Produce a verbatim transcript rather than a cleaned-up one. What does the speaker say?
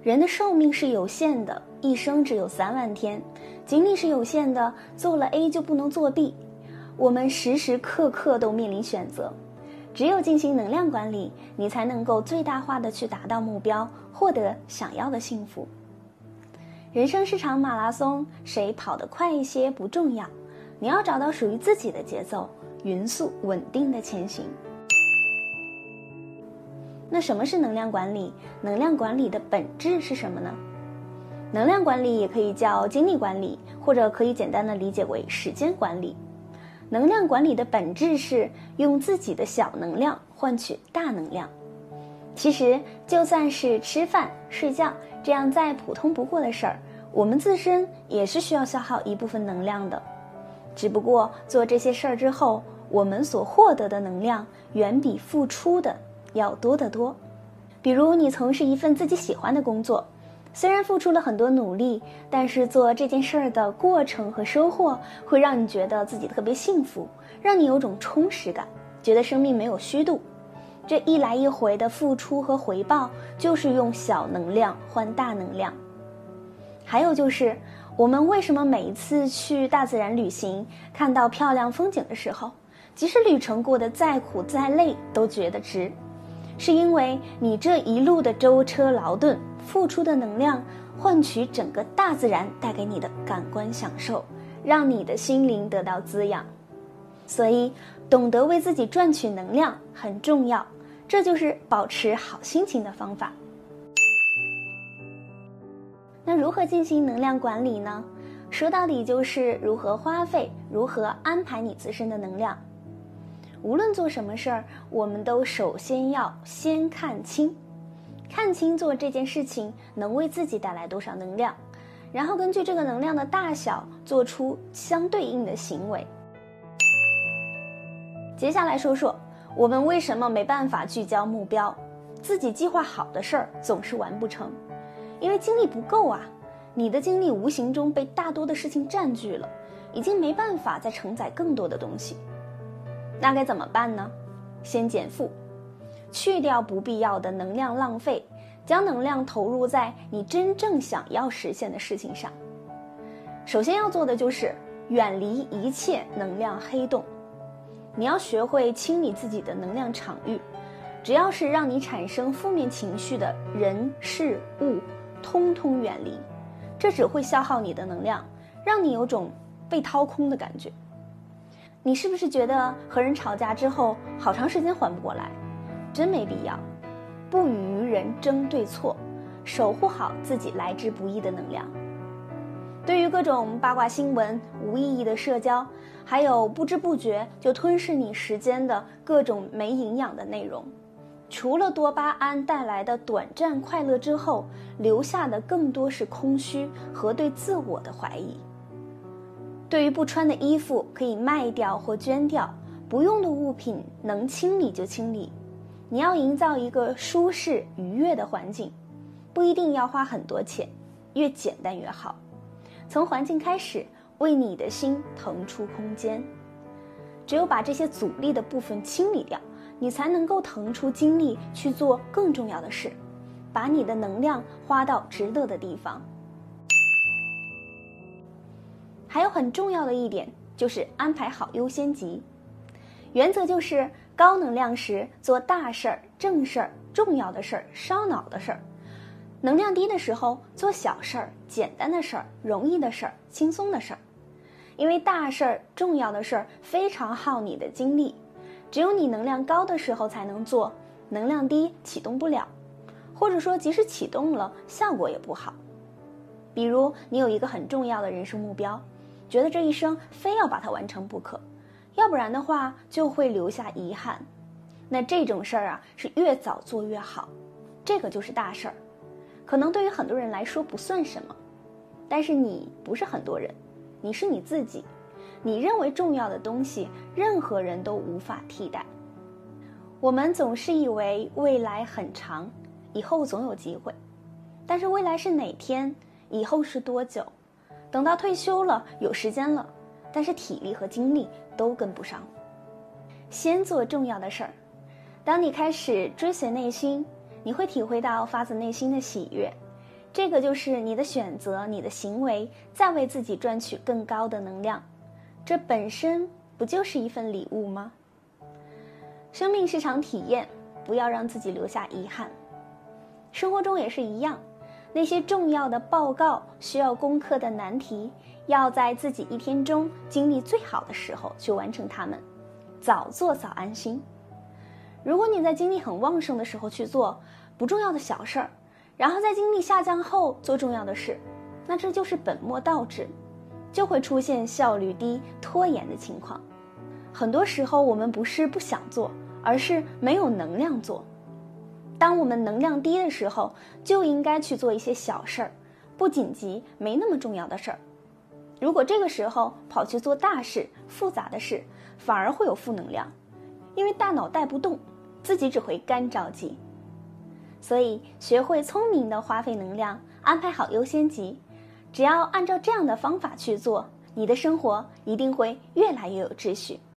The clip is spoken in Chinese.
人的寿命是有限的，一生只有三万天，精力是有限的，做了 A 就不能做 B。我们时时刻刻都面临选择，只有进行能量管理，你才能够最大化的去达到目标，获得想要的幸福。人生是场马拉松，谁跑得快一些不重要，你要找到属于自己的节奏，匀速稳定的前行。那什么是能量管理？能量管理的本质是什么呢？能量管理也可以叫精力管理，或者可以简单的理解为时间管理。能量管理的本质是用自己的小能量换取大能量。其实就算是吃饭睡觉这样再普通不过的事儿，我们自身也是需要消耗一部分能量的，只不过做这些事儿之后，我们所获得的能量远比付出的要多得多。比如你从事一份自己喜欢的工作，虽然付出了很多努力，但是做这件事儿的过程和收获会让你觉得自己特别幸福，让你有种充实感，觉得生命没有虚度。这一来一回的付出和回报，就是用小能量换大能量。还有就是我们为什么每一次去大自然旅行，看到漂亮风景的时候，即使旅程过得再苦再累都觉得值，是因为你这一路的舟车劳顿付出的能量，换取整个大自然带给你的感官享受，让你的心灵得到滋养。所以懂得为自己赚取能量很重要，这就是保持好心情的方法。那如何进行能量管理呢？说到底就是如何花费，如何安排你自身的能量。无论做什么事儿，我们都首先要先看清，看清做这件事情能为自己带来多少能量，然后根据这个能量的大小做出相对应的行为。接下来说说我们为什么没办法聚焦目标，自己计划好的事儿总是完不成，因为精力不够啊，你的精力无形中被大多的事情占据了，已经没办法再承载更多的东西。那该怎么办呢？先减负，去掉不必要的能量浪费，将能量投入在你真正想要实现的事情上。首先要做的就是远离一切能量黑洞，你要学会清理自己的能量场域，只要是让你产生负面情绪的人事物，通通远离，这只会消耗你的能量，让你有种被掏空的感觉。你是不是觉得和人吵架之后好长时间缓不过来？真没必要，不与人争对错，守护好自己来之不易的能量。对于各种八卦新闻、无意义的社交，还有不知不觉就吞噬你时间的各种没营养的内容，除了多巴胺带来的短暂快乐之后，留下的更多是空虚和对自我的怀疑。对于不穿的衣服可以卖掉或捐掉，不用的物品能清理就清理。你要营造一个舒适愉悦的环境，不一定要花很多钱，越简单越好。从环境开始，为你的心腾出空间。只有把这些阻力的部分清理掉，你才能够腾出精力去做更重要的事，把你的能量花到值得的地方。还有很重要的一点就是安排好优先级，原则就是高能量时做大事儿、正事儿、重要的事儿、烧脑的事儿；能量低的时候做小事儿、简单的事儿、容易的事儿、轻松的事儿。因为大事儿、重要的事儿非常耗你的精力，只有你能量高的时候才能做，能量低启动不了，或者说即使启动了，效果也不好。比如你有一个很重要的人生目标，觉得这一生非要把它完成不可，要不然的话就会留下遗憾。那这种事儿啊，是越早做越好，这个就是大事儿。可能对于很多人来说不算什么，但是你不是很多人，你是你自己，你认为重要的东西，任何人都无法替代。我们总是以为未来很长，以后总有机会，但是未来是哪天，以后是多久？等到退休了，有时间了，但是体力和精力都跟不上。先做重要的事儿，当你开始追随内心，你会体会到发自内心的喜悦， 这个就是你的选择，你的行为在为自己赚取更高的能量，这本身不就是一份礼物吗？生命是场体验，不要让自己留下遗憾。生活中也是一样，那些重要的报告、需要攻克的难题，要在自己一天中精力最好的时候去完成它们，早做早安心。如果你在精力很旺盛的时候去做不重要的小事儿，然后在精力下降后做重要的事，那这就是本末倒置，就会出现效率低、拖延的情况。很多时候我们不是不想做，而是没有能量做。当我们能量低的时候，就应该去做一些小事儿，不紧急、没那么重要的事儿。如果这个时候跑去做大事、复杂的事，反而会有负能量，因为大脑带不动，自己只会干着急。所以学会聪明的花费能量，安排好优先级，只要按照这样的方法去做，你的生活一定会越来越有秩序。